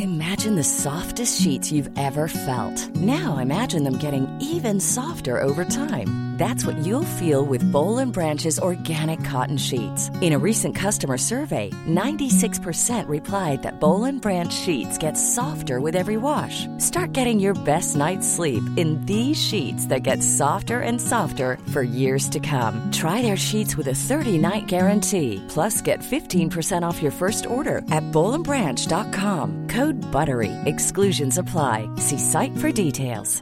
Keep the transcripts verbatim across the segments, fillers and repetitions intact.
Imagine the softest sheets you've ever felt. Now imagine them getting even softer over time. That's what you'll feel with Boll and Branch's organic cotton sheets. In a recent customer survey, ninety-six percent replied that Boll and Branch sheets get softer with every wash. Start getting your best night's sleep in these sheets that get softer and softer for years to come. Try their sheets with a thirty-night guarantee. Plus, get fifteen percent off your first order at boll and branch dot com. Code BUTTERY. Exclusions apply. See site for details.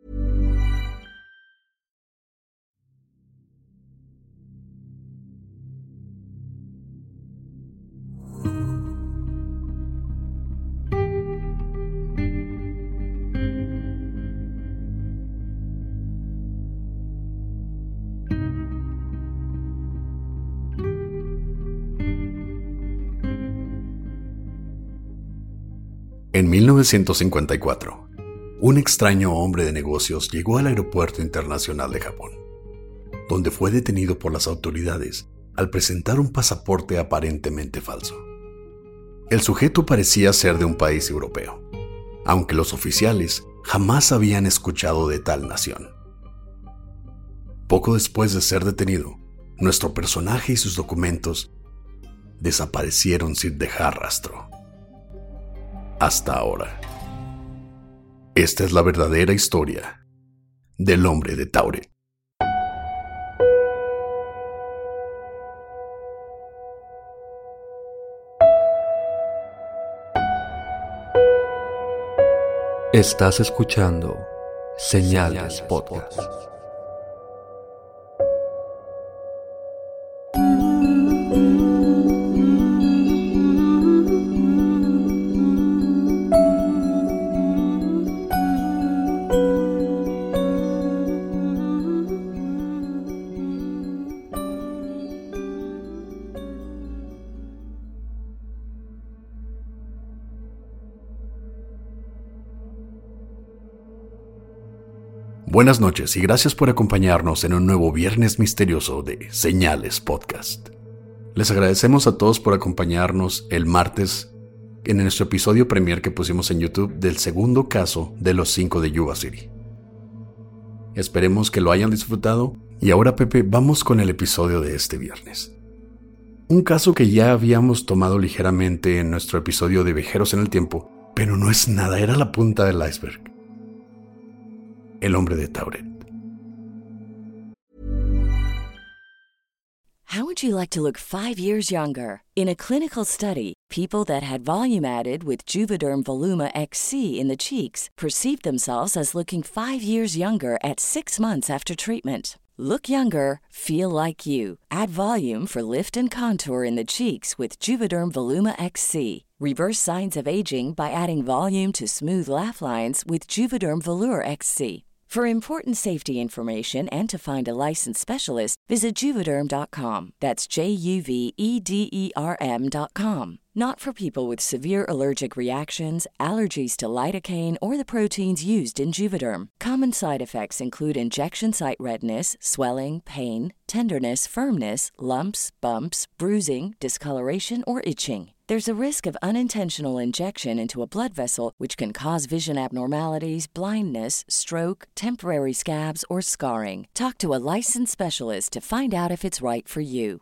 En mil novecientos cincuenta y cuatro, un extraño hombre de negocios llegó al Aeropuerto Internacional de Japón, donde fue detenido por las autoridades al presentar un pasaporte aparentemente falso. El sujeto parecía ser de un país europeo, aunque los oficiales jamás habían escuchado de tal nación. Poco después de ser detenido, nuestro personaje y sus documentos desaparecieron sin dejar rastro. Hasta ahora. Esta es la verdadera historia del hombre de Tauret. Estás escuchando Señales Podcast. Buenas noches y gracias por acompañarnos en un nuevo Viernes Misterioso de Señales Podcast. Les agradecemos a todos por acompañarnos el martes en nuestro episodio premier que pusimos en YouTube del segundo caso de los cinco de Yuba City. Esperemos que lo hayan disfrutado y ahora, Pepe, vamos con el episodio de este viernes. Un caso que ya habíamos tomado ligeramente en nuestro episodio de Viajeros en el Tiempo, pero no es nada, era la punta del iceberg. El hombre de Tauret. How would you like to look five years younger? In a clinical study, people that had volume added with Juvederm Voluma X C in the cheeks perceived themselves as looking five years younger at six months after treatment. Look younger, feel like you. Add volume for lift and contour in the cheeks with Juvederm Voluma X C. Reverse signs of aging by adding volume to smooth laugh lines with Juvederm Volure X C. For important safety information and to find a licensed specialist, visit Juvederm dot com. That's J U V E D E R M dot com. Not for people with severe allergic reactions, allergies to lidocaine, or the proteins used in Juvederm. Common side effects include injection site redness, swelling, pain, tenderness, firmness, lumps, bumps, bruising, discoloration, or itching. There's a risk of unintentional injection into a blood vessel, which can cause vision abnormalities, blindness, stroke, temporary scabs, or scarring. Talk to a licensed specialist to find out if it's right for you.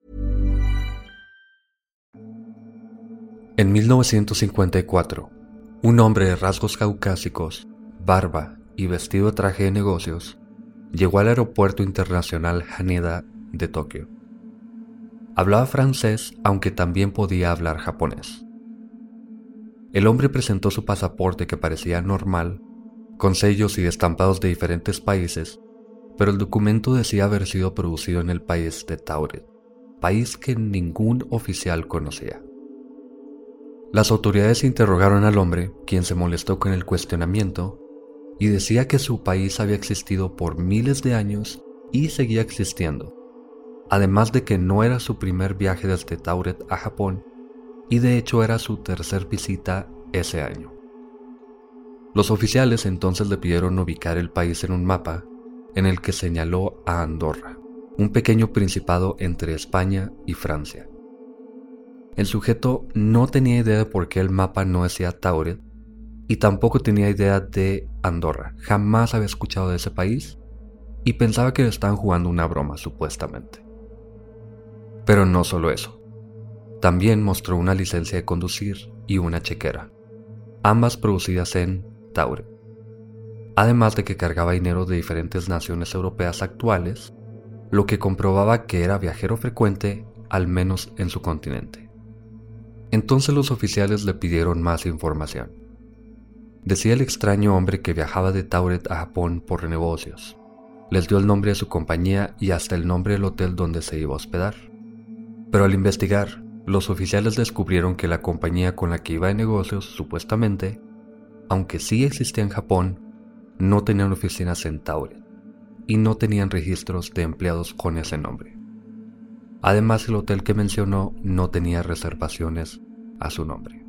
En mil novecientos cincuenta y cuatro, un hombre de rasgos caucásicos, barba y vestido de traje de negocios, llegó al Aeropuerto Internacional Haneda de Tokio. Hablaba francés, aunque también podía hablar japonés. El hombre presentó su pasaporte, que parecía normal, con sellos y estampados de diferentes países, pero el documento decía haber sido producido en el país de Tauret, país que ningún oficial conocía. Las autoridades interrogaron al hombre, quien se molestó con el cuestionamiento, y decía que su país había existido por miles de años y seguía existiendo, además de que no era su primer viaje desde Tauret a Japón, y de hecho era su tercer visita ese año. Los oficiales entonces le pidieron ubicar el país en un mapa, en el que señaló a Andorra, un pequeño principado entre España y Francia. El sujeto no tenía idea de por qué el mapa no decía Tauret y tampoco tenía idea de Andorra. Jamás había escuchado de ese país y pensaba que le estaban jugando una broma, supuestamente. Pero no solo eso. También mostró una licencia de conducir y una chequera, ambas producidas en Tauret. Además de que cargaba dinero de diferentes naciones europeas actuales, lo que comprobaba que era viajero frecuente, al menos en su continente. Entonces los oficiales le pidieron más información. Decía el extraño hombre que viajaba de Tauret a Japón por negocios. Les dio el nombre de su compañía y hasta el nombre del hotel donde se iba a hospedar. Pero al investigar, los oficiales descubrieron que la compañía con la que iba de negocios, supuestamente, aunque sí existía en Japón, no tenían oficinas en Tauret y no tenían registros de empleados con ese nombre. Además, el hotel que mencionó no tenía reservaciones a su nombre.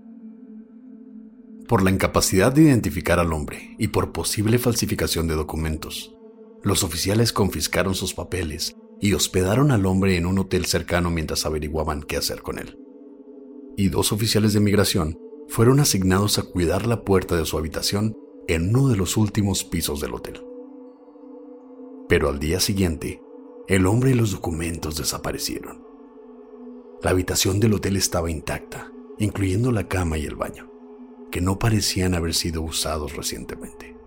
Por la incapacidad de identificar al hombre y por posible falsificación de documentos, los oficiales confiscaron sus papeles y hospedaron al hombre en un hotel cercano mientras averiguaban qué hacer con él. Y dos oficiales de migración fueron asignados a cuidar la puerta de su habitación en uno de los últimos pisos del hotel. Pero al día siguiente, el hombre y los documentos desaparecieron. La habitación del hotel estaba intacta, incluyendo la cama y el baño, que no parecían haber sido usados recientemente.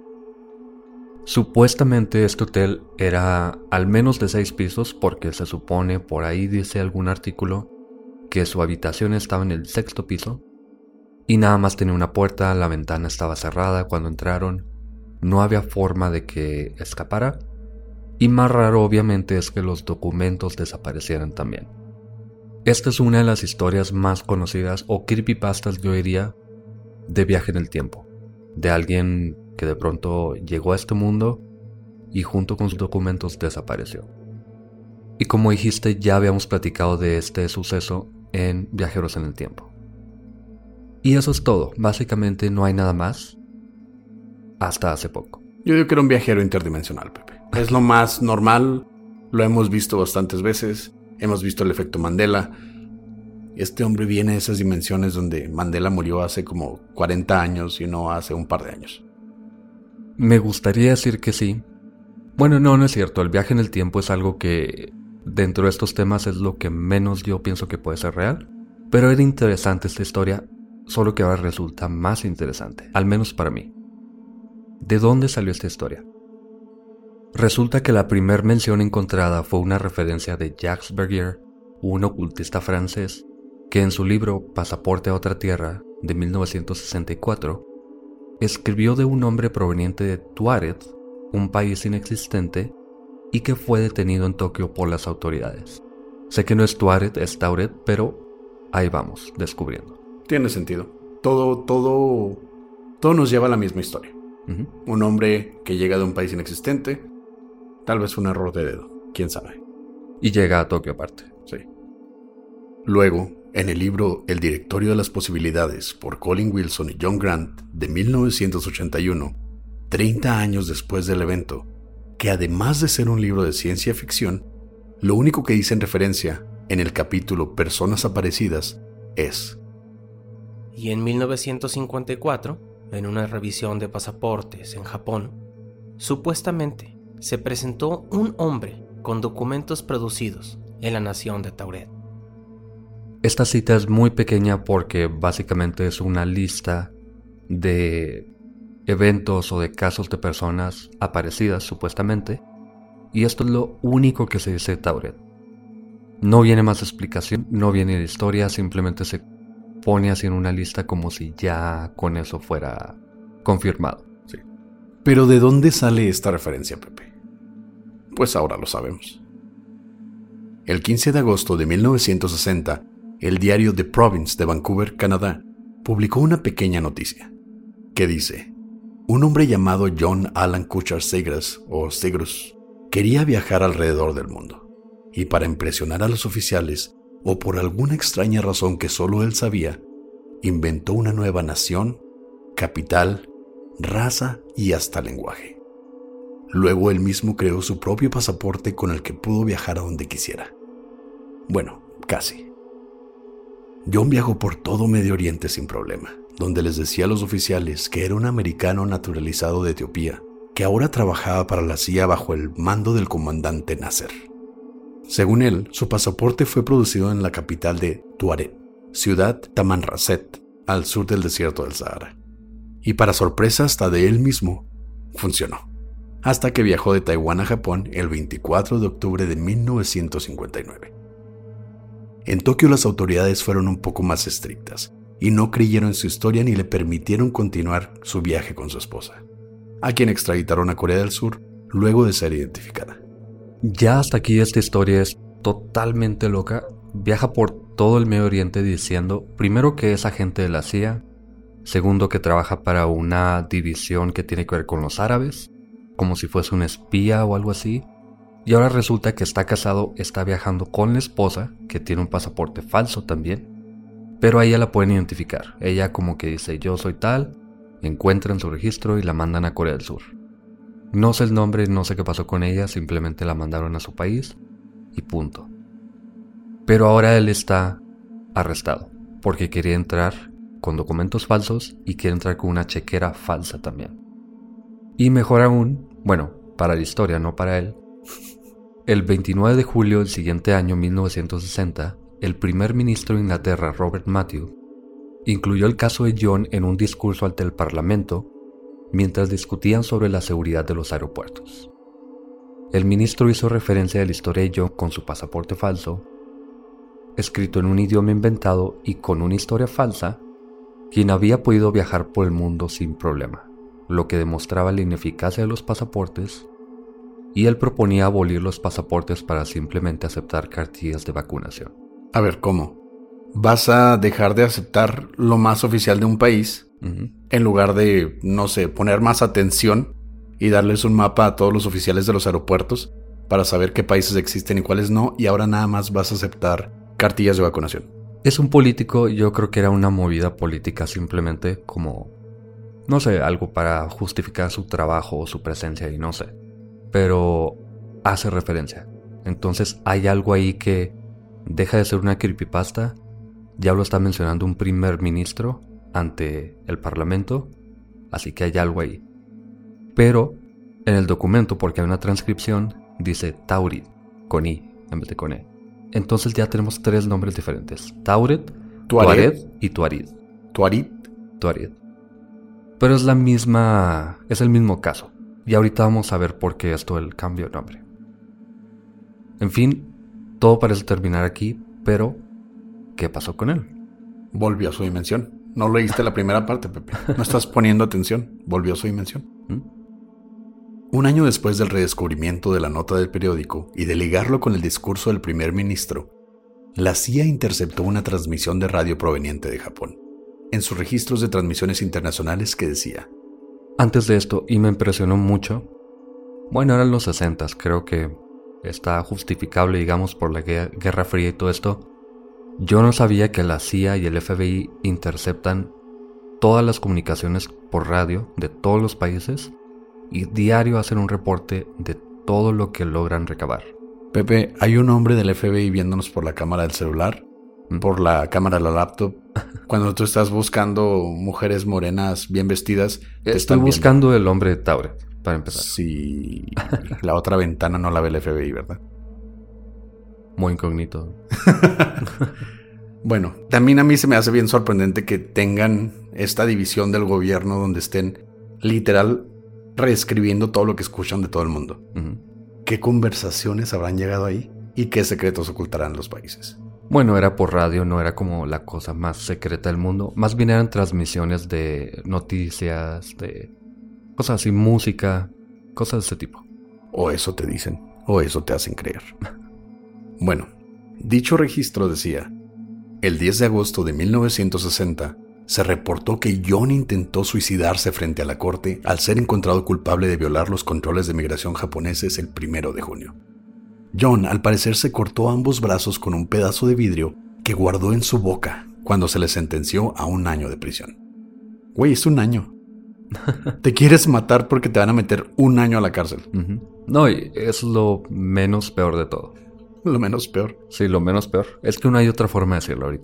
Supuestamente este hotel era al menos de seis pisos porque se supone, por ahí dice algún artículo, que su habitación estaba en el sexto piso y nada más tenía una puerta, la ventana estaba cerrada cuando entraron, no había forma de que escapara. Y más raro obviamente es que los documentos desaparecieran también. Esta es una de las historias más conocidas o creepypastas, yo diría, de viaje en el tiempo. De alguien que de pronto llegó a este mundo y junto con sus documentos desapareció. Y como dijiste, ya habíamos platicado de este suceso en Viajeros en el Tiempo. Y eso es todo. Básicamente no hay nada más hasta hace poco. Yo digo que era un viajero interdimensional, Pepe. Es lo más normal, lo hemos visto bastantes veces, hemos visto el efecto Mandela. Este hombre viene de esas dimensiones donde Mandela murió hace como cuarenta años y no hace un par de años. Me gustaría decir que sí. Bueno, no, no es cierto. El viaje en el tiempo es algo que dentro de estos temas es lo que menos yo pienso que puede ser real. Pero era interesante esta historia, solo que ahora resulta más interesante, al menos para mí. ¿De dónde salió esta historia? Resulta que la primer mención encontrada fue una referencia de Jacques Bergier, un ocultista francés, que en su libro Pasaporte a otra tierra, de mil novecientos sesenta y cuatro, escribió de un hombre proveniente de Tauret, un país inexistente, y que fue detenido en Tokio por las autoridades. Sé que no es Tauret, es Tauret, pero ahí vamos, descubriendo. Tiene sentido. Todo, todo, todo nos lleva a la misma historia. Uh-huh. Un hombre que llega de un país inexistente. Tal vez un error de dedo, quién sabe. Y llega a Tokio aparte. Sí. Luego, en el libro El Directorio de las Posibilidades, por Colin Wilson y John Grant, de mil novecientos ochenta y uno, treinta años después del evento, que además de ser un libro de ciencia ficción, lo único que dice en referencia, en el capítulo Personas Aparecidas, es: Y en mil novecientos cincuenta y cuatro, en una revisión de pasaportes en Japón, supuestamente se presentó un hombre con documentos producidos en la nación de Tauret. Esta cita es muy pequeña porque básicamente es una lista de eventos o de casos de personas aparecidas supuestamente, y esto es lo único que se dice de Tauret. No viene más explicación, no viene de historia, simplemente se pone así en una lista como si ya con eso fuera confirmado. Sí. Pero ¿de dónde sale esta referencia, Pepe? Pues ahora lo sabemos. El quince de agosto de mil novecientos sesenta, el diario The Province de Vancouver, Canadá, publicó una pequeña noticia que dice: un hombre llamado John Alan Kuchar Segras, o Segrus, quería viajar alrededor del mundo, y para impresionar a los oficiales, o por alguna extraña razón que solo él sabía, inventó una nueva nación, capital, raza y hasta lenguaje. Luego él mismo creó su propio pasaporte con el que pudo viajar a donde quisiera. Bueno, casi. John viajó por todo Medio Oriente sin problema, donde les decía a los oficiales que era un americano naturalizado de Etiopía, que ahora trabajaba para la C I A bajo el mando del comandante Nasser. Según él, su pasaporte fue producido en la capital de Tuareg, ciudad Tamanrasset, al sur del desierto del Sahara. Y para sorpresa hasta de él mismo, funcionó. Hasta que viajó de Taiwán a Japón el veinticuatro de octubre de mil novecientos cincuenta y nueve. En Tokio las autoridades fueron un poco más estrictas y no creyeron en su historia ni le permitieron continuar su viaje con su esposa, a quien extraditaron a Corea del Sur luego de ser identificada. Ya hasta aquí esta historia es totalmente loca. Viaja por todo el Medio Oriente diciendo, primero, que es agente de la C I A, segundo, que trabaja para una división que tiene que ver con los árabes, como si fuese un espía o algo así, y ahora resulta que está casado, está viajando con la esposa, que tiene un pasaporte falso también, pero a ella la pueden identificar. Ella como que dice, yo soy tal, encuentran su registro y la mandan a Corea del Sur. No sé el nombre, no sé qué pasó con ella, simplemente la mandaron a su país y punto. Pero ahora él está arrestado porque quería entrar con documentos falsos y quiere entrar con una chequera falsa también. Y mejor aún, bueno, para la historia, no para él, el veintinueve de julio del siguiente año, mil novecientos sesenta, el primer ministro de Inglaterra, Robert Matthew, incluyó el caso de John en un discurso ante el Parlamento mientras discutían sobre la seguridad de los aeropuertos. El ministro hizo referencia a la historia de John con su pasaporte falso, escrito en un idioma inventado y con una historia falsa, quien había podido viajar por el mundo sin problema, lo que demostraba la ineficacia de los pasaportes, y él proponía abolir los pasaportes para simplemente aceptar cartillas de vacunación. A ver, ¿cómo? ¿Vas a dejar de aceptar lo más oficial de un país uh-huh. en lugar de, no sé, poner más atención y darles un mapa a todos los oficiales de los aeropuertos para saber qué países existen y cuáles no, y ahora nada más vas a aceptar cartillas de vacunación? Es un político, yo creo que era una movida política simplemente como, no sé, algo para justificar su trabajo o su presencia y no sé, pero hace referencia. Entonces hay algo ahí que deja de ser una creepypasta. Ya lo está mencionando un primer ministro ante el Parlamento, así que hay algo ahí. Pero en el documento, porque hay una transcripción, dice Taurid, con I en vez de con E. Entonces ya tenemos tres nombres diferentes: Taurid, Tuareg y Tuarid. Tuarid. Tuarid. Pero es la misma, es el mismo caso. Y ahorita vamos a ver por qué esto del cambio de nombre. En fin, todo parece terminar aquí, pero ¿qué pasó con él? Volvió a su dimensión. No leíste la primera parte, Pepe. No estás poniendo atención. Volvió a su dimensión. ¿Mm? Un año después del redescubrimiento de la nota del periódico y de ligarlo con el discurso del primer ministro, la C I A interceptó una transmisión de radio proveniente de Japón, en sus registros de transmisiones internacionales, que decía: antes de esto, y me impresionó mucho, bueno, eran los sesentas, creo que está justificable, digamos, por la Guerra Fría y todo esto. Yo no sabía que la C I A y el F B I interceptan todas las comunicaciones por radio de todos los países y diario hacen un reporte de todo lo que logran recabar. Pepe, hay un hombre del F B I viéndonos por la cámara del celular, ¿Mm? por la cámara de la laptop. Cuando tú estás buscando mujeres morenas bien vestidas, te estoy buscando viendo. El hombre de Taurid, para empezar. Sí, la otra ventana no la ve el F B I, ¿verdad? Muy incógnito. Bueno, también a mí se me hace bien sorprendente que tengan esta división del gobierno donde estén literal reescribiendo todo lo que escuchan de todo el mundo. Uh-huh. ¿Qué conversaciones habrán llegado ahí? ¿Y qué secretos ocultarán los países? Bueno, era por radio, no era como la cosa más secreta del mundo. Más bien eran transmisiones de noticias, de cosas así, música, cosas de ese tipo. O eso te dicen, o eso te hacen creer. Bueno, dicho registro decía: el diez de agosto de mil novecientos sesenta se reportó que John intentó suicidarse frente a la corte al ser encontrado culpable de violar los controles de migración japoneses el primero de junio. John, al parecer, se cortó ambos brazos con un pedazo de vidrio que guardó en su boca cuando se le sentenció a un año de prisión. Güey, es un año. Te quieres matar porque te van a meter un año a la cárcel. Uh-huh. No, y es lo menos peor de todo. Lo menos peor. Sí, lo menos peor. Es que no hay otra forma de decirlo ahorita.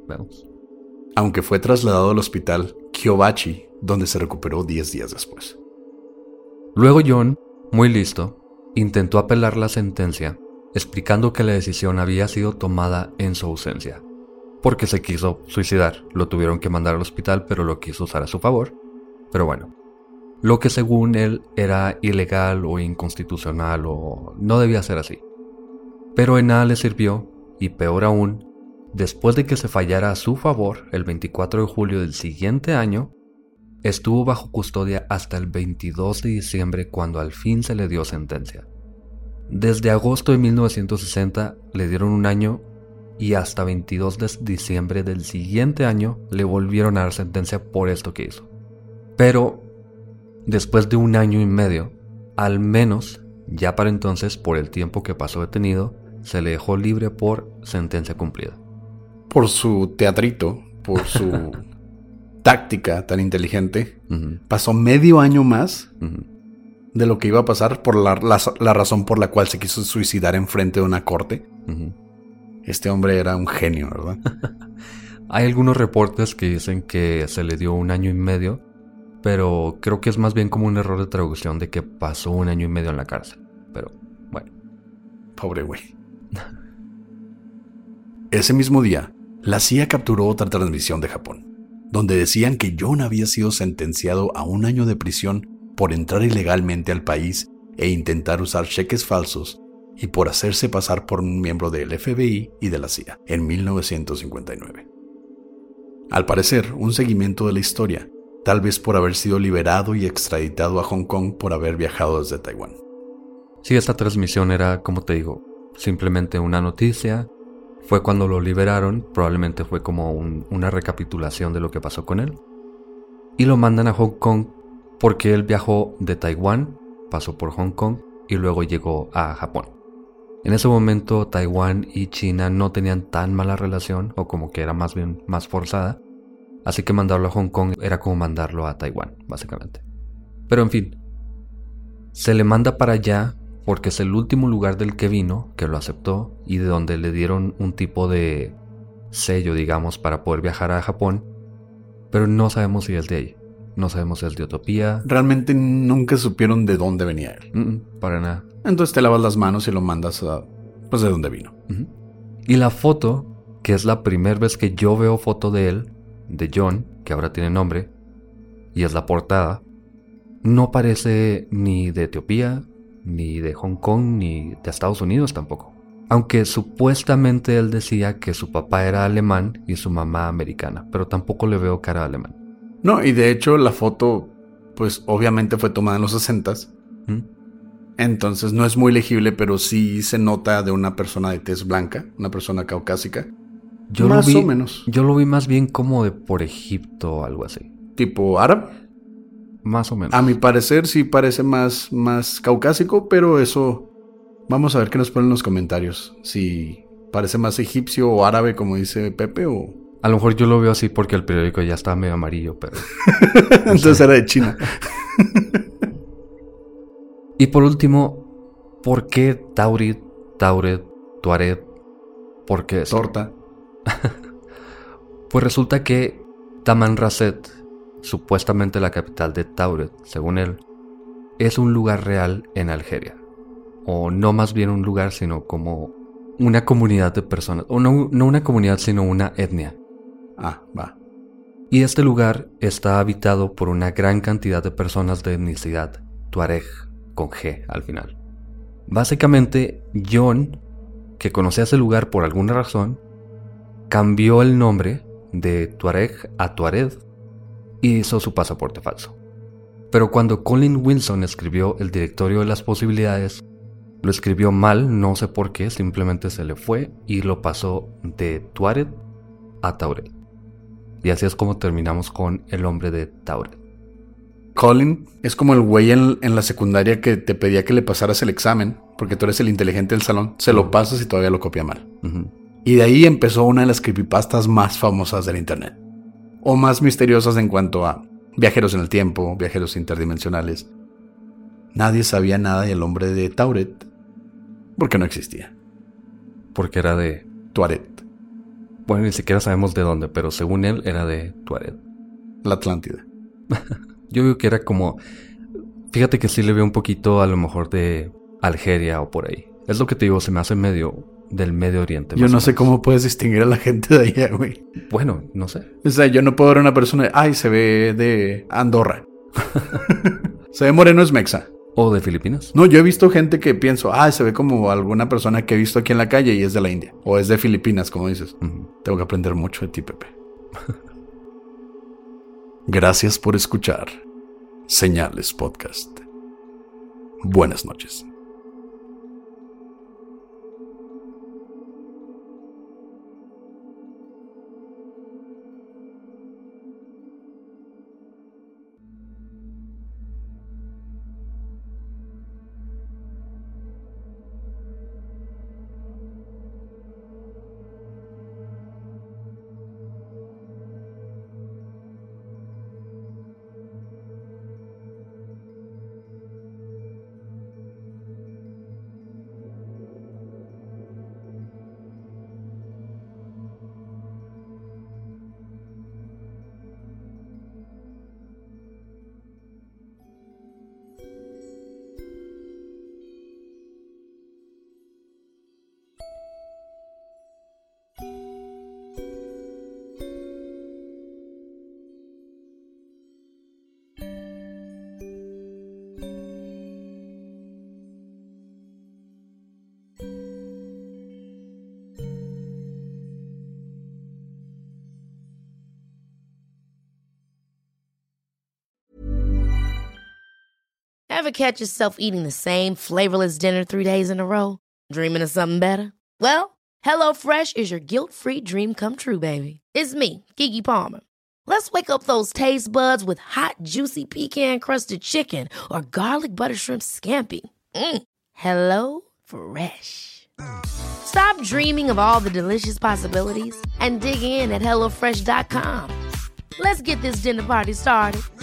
vemos. Aunque fue trasladado al hospital Kyobachi, donde se recuperó diez días después. Luego John, muy listo, intentó apelar la sentencia, explicando que la decisión había sido tomada en su ausencia, porque se quiso suicidar. Lo tuvieron que mandar al hospital, pero lo quiso usar a su favor. Pero bueno, lo que según él era ilegal o inconstitucional o no debía ser así. Pero en nada le sirvió, y peor aún, después de que se fallara a su favor el veinticuatro de julio del siguiente año, estuvo bajo custodia hasta el veintidós de diciembre, cuando al fin se le dio sentencia. Desde agosto de mil novecientos sesenta le dieron un año y hasta veintidós de diciembre del siguiente año le volvieron a dar sentencia por esto que hizo. Pero después de un año y medio, al menos ya para entonces, por el tiempo que pasó detenido, se le dejó libre por sentencia cumplida. Por su teatrito, por su táctica tan inteligente, uh-huh. pasó medio año más uh-huh. de lo que iba a pasar por la, la, la razón por la cual se quiso suicidar enfrente de una corte. Uh-huh. Este hombre era un genio, ¿verdad? Hay algunos reportes que dicen que se le dio un año y medio, pero creo que es más bien como un error de traducción de que pasó un año y medio en la cárcel. Pero, bueno. Pobre güey. Ese mismo día, la C I A capturó otra transmisión de Japón, donde decían que John había sido sentenciado a un año de prisión por entrar ilegalmente al país e intentar usar cheques falsos y por hacerse pasar por un miembro del F B I y de la C I A en mil novecientos cincuenta y nueve. Al parecer, un seguimiento de la historia, tal vez por haber sido liberado y extraditado a Hong Kong por haber viajado desde Taiwán. Sí, esta transmisión era, como te digo, simplemente una noticia. Fue cuando lo liberaron, probablemente fue como un, una recapitulación de lo que pasó con él. Y lo mandan a Hong Kong porque él viajó de Taiwán, pasó por Hong Kong y luego llegó a Japón. En ese momento Taiwán y China no tenían tan mala relación, o como que era más bien más forzada. Así que mandarlo a Hong Kong era como mandarlo a Taiwán, básicamente. Pero en fin, se le manda para allá porque es el último lugar del que vino, que lo aceptó, y de donde le dieron un tipo de sello, digamos, para poder viajar a Japón. Pero no sabemos si es de ahí. No sabemos si es de Utopía. Realmente nunca supieron de dónde venía él. Mm-mm, para nada. Entonces te lavas las manos y lo mandas a, pues, de dónde vino. Uh-huh. Y la foto, que es la primera vez que yo veo foto de él, de John, que ahora tiene nombre, y es la portada, no parece ni de Etiopía, ni de Hong Kong, ni de Estados Unidos tampoco. Aunque supuestamente él decía que su papá era alemán y su mamá americana, pero tampoco le veo cara de alemán. No, y de hecho la foto, pues obviamente fue tomada en los sesentas. ¿Mm? Entonces no es muy legible, pero sí se nota de una persona de tez blanca, una persona caucásica. Yo más lo vi, o menos. Yo lo vi más bien como de por Egipto o algo así. ¿Tipo árabe? Más o menos. A mi parecer sí parece más, más caucásico, pero eso... Vamos a ver qué nos ponen en los comentarios. Si parece más egipcio o árabe, como dice Pepe, o... A lo mejor yo lo veo así porque el periódico ya está medio amarillo, pero... Entonces era de China. Y por último, ¿por qué Taurid, Tauret, Tuareg? ¿Por qué eso? Torta. Pues resulta que Tamanrasset, supuestamente la capital de Tauret, según él, es un lugar real en Algeria. O no más bien un lugar, sino como una comunidad de personas. O no, no una comunidad, sino una etnia. Ah, va. Y este lugar está habitado por una gran cantidad de personas de etnicidad Tuareg, con G al final. Básicamente, John, que conocía ese lugar por alguna razón, cambió el nombre de Tuareg a Tuareg y hizo su pasaporte falso. Pero cuando Colin Wilson escribió el directorio de las posibilidades, lo escribió mal, no sé por qué, simplemente se le fue y lo pasó de Tuareg a Tauret. Y así es como terminamos con el hombre de Tauret. Colin es como el güey en, en la secundaria que te pedía que le pasaras el examen, porque tú eres el inteligente del salón, se lo pasas y todavía lo copia mal. Uh-huh. Y de ahí empezó una de las creepypastas más famosas del internet. O más misteriosas en cuanto a viajeros en el tiempo, viajeros interdimensionales. Nadie sabía nada del hombre de Tauret, porque no existía. Porque era de... Tuareg. Bueno, ni siquiera sabemos de dónde, pero según él era de Tuareg. La Atlántida. Yo digo que era como... Fíjate que sí le veo un poquito a lo mejor de Algeria o por ahí. Es lo que te digo, se me hace medio del Medio Oriente. Yo no sé cómo puedes distinguir a la gente de allá, güey. Bueno, no sé. O sea, yo no puedo ver a una persona de, ay, se ve de Andorra. Se ve moreno, es mexa. O de Filipinas. No, yo he visto gente que pienso, ah, se ve como alguna persona que he visto aquí en la calle y es de la India. O es de Filipinas, como dices. Uh-huh. Tengo que aprender mucho de ti, Pepe. Gracias por escuchar Señales Podcast. Buenas noches. Ever catch yourself eating the same flavorless dinner three days in a row? Dreaming of something better? Well, HelloFresh is your guilt-free dream come true, baby. It's me, Keke Palmer. Let's wake up those taste buds with hot, juicy pecan-crusted chicken or garlic butter shrimp scampi. Mm. Hello Fresh. Stop dreaming of all the delicious possibilities and dig in at hello fresh dot com. Let's get this dinner party started.